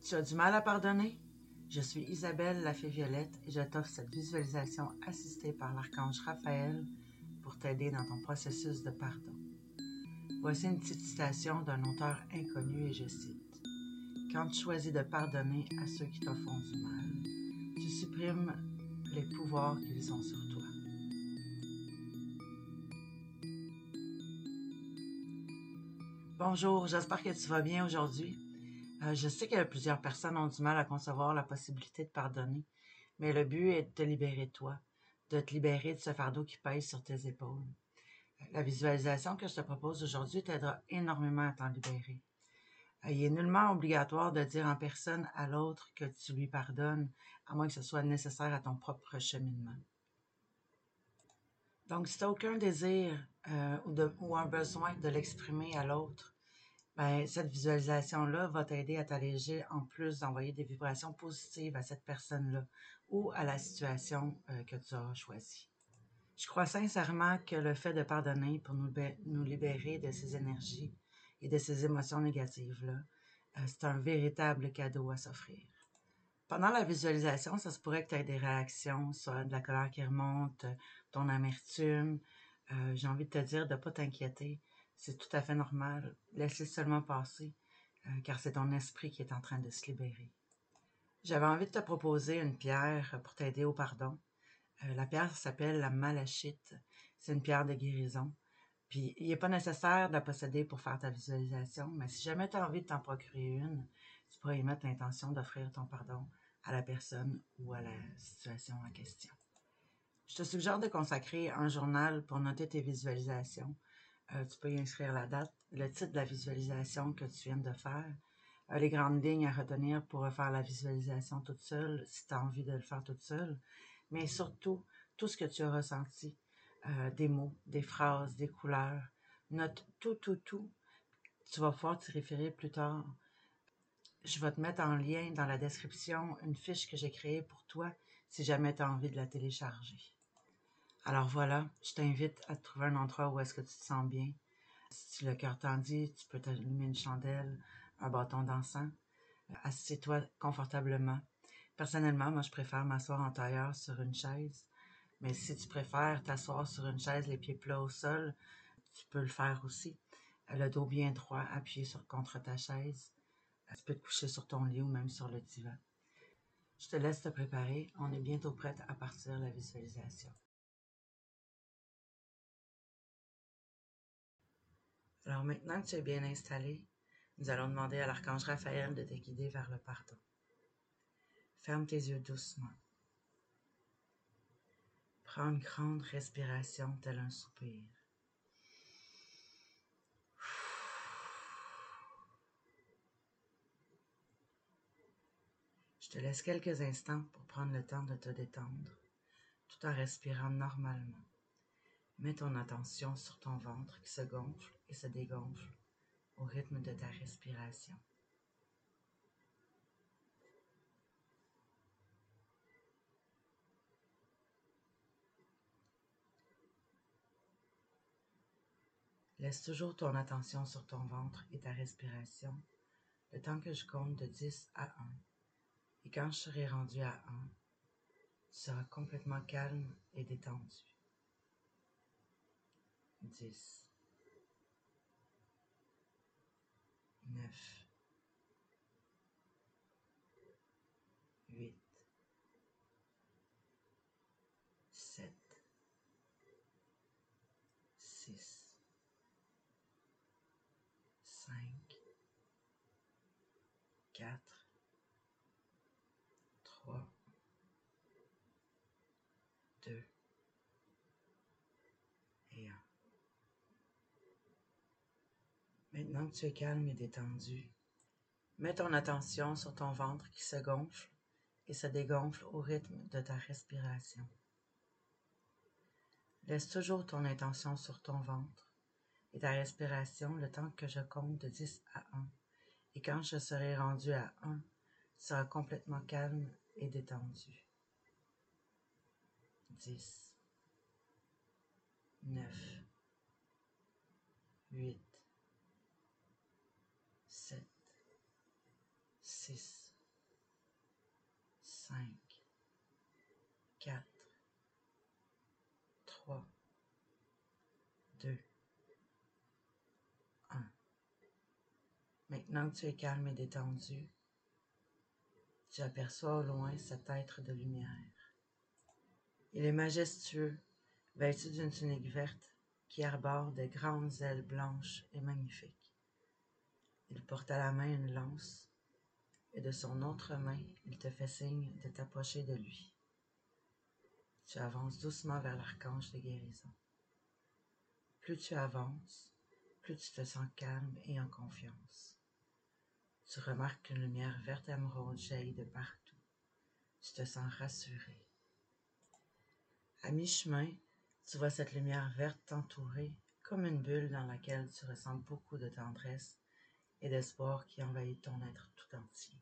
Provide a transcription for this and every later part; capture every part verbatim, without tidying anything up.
Tu as du mal à pardonner? Je suis Isabelle la Fée Violette et je t'offre cette visualisation assistée par l'archange Raphaël pour t'aider dans ton processus de pardon. Voici une petite citation d'un auteur inconnu et je cite. « Quand tu choisis de pardonner à ceux qui te font du mal, tu supprimes les pouvoirs qu'ils ont sur toi. » Bonjour, j'espère que tu vas bien aujourd'hui. Euh, je sais que plusieurs personnes ont du mal à concevoir la possibilité de pardonner, mais le but est de te libérer toi, de te libérer de ce fardeau qui pèse sur tes épaules. La visualisation que je te propose aujourd'hui t'aidera énormément à t'en libérer. Euh, il est nullement obligatoire de dire en personne à l'autre que tu lui pardonnes, à moins que ce soit nécessaire à ton propre cheminement. Donc, si tu n'as aucun désir euh, ou, de, ou un besoin de l'exprimer à l'autre, ben, cette visualisation-là va t'aider à t'alléger en plus d'envoyer des vibrations positives à cette personne-là ou à la situation euh, que tu auras choisie. Je crois sincèrement que le fait de pardonner pour nous, nous libérer de ces énergies et de ces émotions négatives-là, euh, c'est un véritable cadeau à s'offrir. Pendant la visualisation, ça se pourrait que tu aies des réactions, soit de la colère qui remonte, ton amertume. Euh, j'ai envie de te dire de ne pas t'inquiéter. C'est tout à fait normal. Laisse-le seulement passer, euh, car c'est ton esprit qui est en train de se libérer. J'avais envie de te proposer une pierre pour t'aider au pardon. Euh, la pierre s'appelle la malachite. C'est une pierre de guérison. Puis, il n'est pas nécessaire de la posséder pour faire ta visualisation, mais si jamais tu as envie de t'en procurer une, tu pourrais y mettre l'intention d'offrir ton pardon à la personne ou à la situation en question. Je te suggère de consacrer un journal pour noter tes visualisations. Euh, tu peux y inscrire la date, le titre de la visualisation que tu viens de faire, euh, les grandes lignes à retenir pour faire la visualisation toute seule, si tu as envie de le faire toute seule, mais surtout, tout ce que tu as ressenti, euh, des mots, des phrases, des couleurs. Note tout, tout, tout. Tu vas pouvoir t'y référer plus tard. Je vais te mettre en lien dans la description une fiche que j'ai créée pour toi si jamais tu as envie de la télécharger. Alors voilà, je t'invite à trouver un endroit où est-ce que tu te sens bien. Si le cœur t'en dit, tu peux t'allumer une chandelle, un bâton d'encens. Assieds-toi confortablement. Personnellement, moi, je préfère m'asseoir en tailleur sur une chaise. Mais si tu préfères t'asseoir sur une chaise, les pieds plats au sol, tu peux le faire aussi. Le dos bien droit, appuyé sur, contre ta chaise. Tu peux te coucher sur ton lit ou même sur le divan. Je te laisse te préparer. On est bientôt prête à partir la visualisation. Alors maintenant que tu es bien installé, nous allons demander à l'archange Raphaël de te guider vers le pardon. Ferme tes yeux doucement. Prends une grande respiration tel un soupir. Je te laisse quelques instants pour prendre le temps de te détendre, tout en respirant normalement. Mets ton attention sur ton ventre qui se gonfle et se dégonfle au rythme de ta respiration. Laisse toujours ton attention sur ton ventre et ta respiration, le temps que je compte de dix à un. Et quand je serai rendu à un, tu seras complètement calme et détendu. dix, neuf, huit, sept, six, cinq, quatre, trois, deux et un. Maintenant que tu es calme et détendu, mets ton attention sur ton ventre qui se gonfle et se dégonfle au rythme de ta respiration. Laisse toujours ton attention sur ton ventre et ta respiration le temps que je compte de dix à un. Et quand je serai rendu à un, tu seras complètement calme et détendu. dix, neuf, huit, sept, six, cinq, quatre, trois, deux, un. Maintenant que tu es calme et détendu, tu aperçois au loin cet être de lumière. Il est majestueux, vêtu d'une tunique verte qui arbore de grandes ailes blanches et magnifiques. Il porte à la main une lance, et de son autre main, il te fait signe de t'approcher de lui. Tu avances doucement vers l'archange de guérison. Plus tu avances, plus tu te sens calme et en confiance. Tu remarques qu'une lumière verte émeraude jaillit de partout. Tu te sens rassuré. À mi-chemin, tu vois cette lumière verte t'entourer comme une bulle dans laquelle tu ressens beaucoup de tendresse et d'espoir qui envahit ton être tout entier.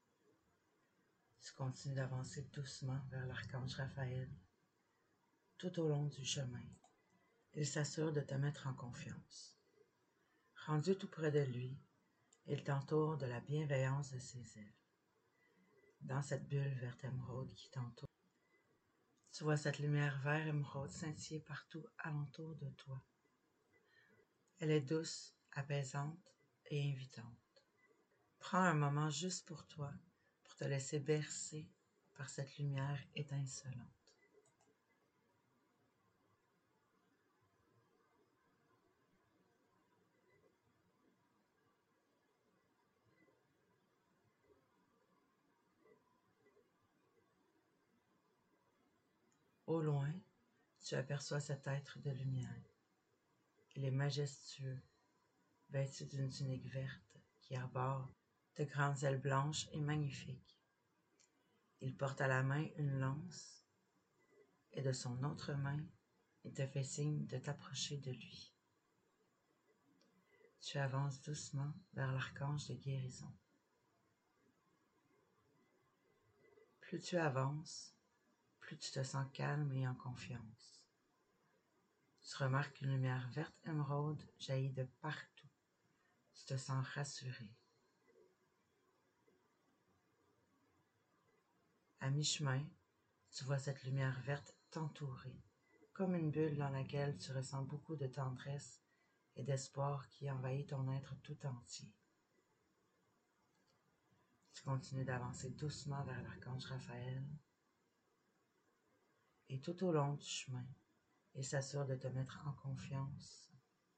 Tu continues d'avancer doucement vers l'archange Raphaël. Tout au long du chemin, il s'assure de te mettre en confiance. Rendu tout près de lui, il t'entoure de la bienveillance de ses ailes. Dans cette bulle verte émeraude qui t'entoure, tu vois cette lumière vert émeraude scintiller partout alentour de toi. Elle est douce, apaisante et invitante. Prends un moment juste pour toi, pour te laisser bercer par cette lumière étincelante. Au loin, tu aperçois cet être de lumière. Il est majestueux, vêtu d'une tunique verte qui arbore de grandes ailes blanches et magnifiques. Il porte à la main une lance, et de son autre main, il te fait signe de t'approcher de lui. Tu avances doucement vers l'archange de guérison. Plus tu avances, plus tu te sens calme et en confiance. Tu remarques qu'une lumière verte émeraude jaillit de partout. Tu te sens rassuré. À mi-chemin, tu vois cette lumière verte t'entourer, comme une bulle dans laquelle tu ressens beaucoup de tendresse et d'espoir qui envahit ton être tout entier. Tu continues d'avancer doucement vers l'archange Raphaël, et tout au long du chemin, il s'assure de te mettre en confiance.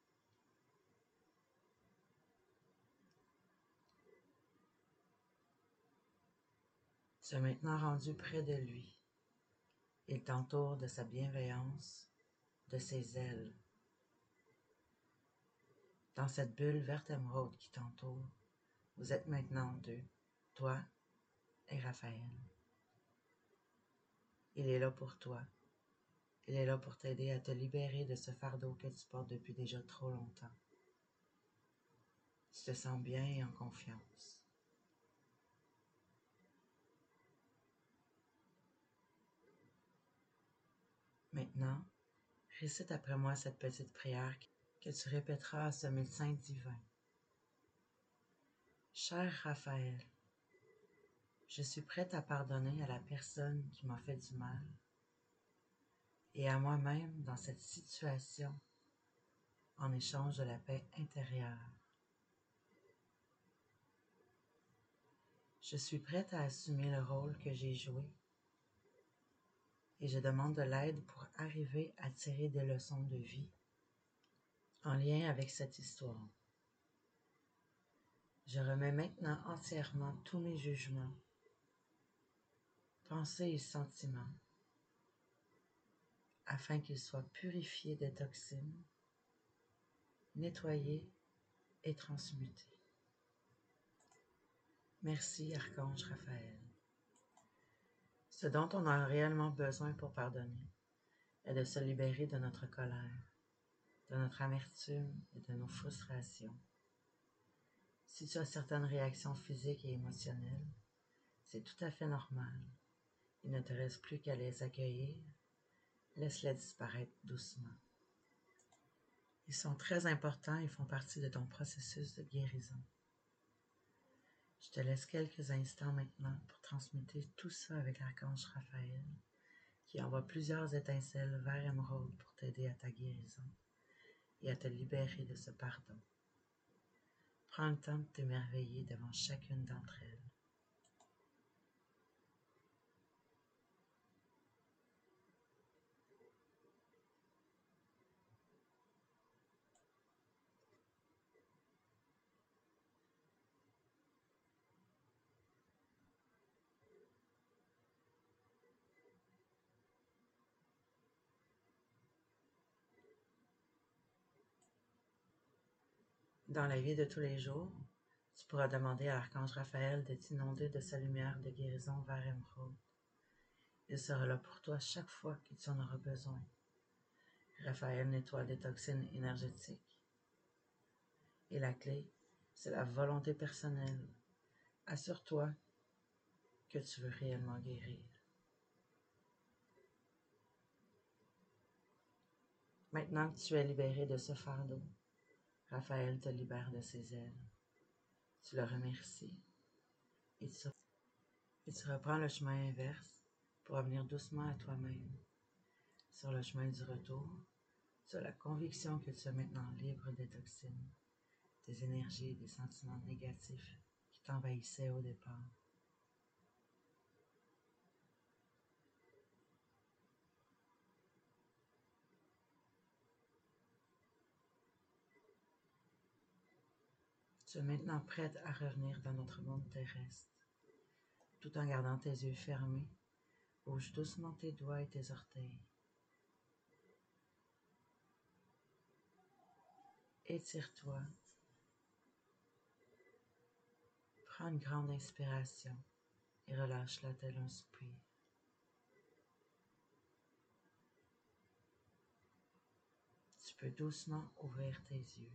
Tu es maintenant rendu près de lui. Il t'entoure de sa bienveillance, de ses ailes. Dans cette bulle verte émeraude qui t'entoure, vous êtes maintenant deux, toi et Raphaël. Il est là pour toi. Il est là pour t'aider à te libérer de ce fardeau que tu portes depuis déjà trop longtemps. Tu te sens bien et en confiance. Maintenant, récite après moi cette petite prière que tu répéteras à ce médecin divin. Cher Raphaël, je suis prête à pardonner à la personne qui m'a fait du mal et à moi-même dans cette situation en échange de la paix intérieure. Je suis prête à assumer le rôle que j'ai joué et je demande de l'aide pour arriver à tirer des leçons de vie en lien avec cette histoire. Je remets maintenant entièrement tous mes jugements, pensées et sentiments afin qu'ils soient purifiés des toxines, nettoyés et transmutés. Merci, Archange Raphaël. Ce dont on a réellement besoin pour pardonner est de se libérer de notre colère, de notre amertume et de nos frustrations. Si tu as certaines réactions physiques et émotionnelles, c'est tout à fait normal. Il ne te reste plus qu'à les accueillir. Laisse-les disparaître doucement. Ils sont très importants et font partie de ton processus de guérison. Je te laisse quelques instants maintenant pour transmettre tout ça avec l'archange Raphaël, qui envoie plusieurs étincelles vert émeraude pour t'aider à ta guérison et à te libérer de ce pardon. Prends le temps de t'émerveiller devant chacune d'entre elles. Dans la vie de tous les jours, tu pourras demander à l'archange Raphaël de t'inonder de sa lumière de guérison vert émeraude. Il sera là pour toi chaque fois que tu en auras besoin. Raphaël nettoie les toxines énergétiques. Et la clé, c'est la volonté personnelle. Assure-toi que tu veux réellement guérir. Maintenant que tu es libéré de ce fardeau, Raphaël te libère de ses ailes. Tu le remercies et tu, et tu reprends le chemin inverse pour revenir doucement à toi-même. Sur le chemin du retour, tu as la conviction que tu es maintenant libre des toxines, des énergies et des sentiments négatifs qui t'envahissaient au départ. Tu es maintenant prête à revenir dans notre monde terrestre. Tout en gardant tes yeux fermés, bouge doucement tes doigts et tes orteils. Étire-toi. Prends une grande inspiration et relâche-la tel un soupir. Tu peux doucement ouvrir tes yeux.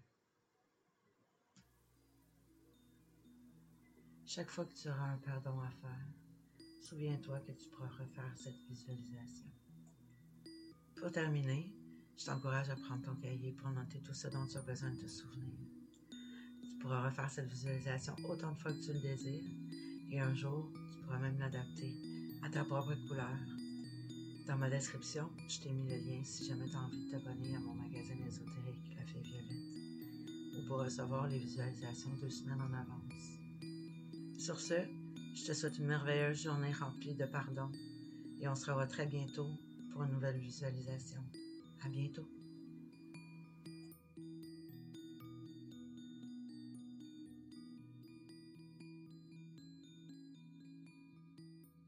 Chaque fois que tu auras un pardon à faire, souviens-toi que tu pourras refaire cette visualisation. Pour terminer, je t'encourage à prendre ton cahier pour noter tout ce dont tu as besoin de te souvenir. Tu pourras refaire cette visualisation autant de fois que tu le désires et un jour, tu pourras même l'adapter à ta propre couleur. Dans ma description, je t'ai mis le lien si jamais tu as envie de t'abonner à mon magazine ésotérique La Fée Violette ou pour recevoir les visualisations deux semaines en avance. Sur ce, je te souhaite une merveilleuse journée remplie de pardon et on se revoit très bientôt pour une nouvelle visualisation. À bientôt!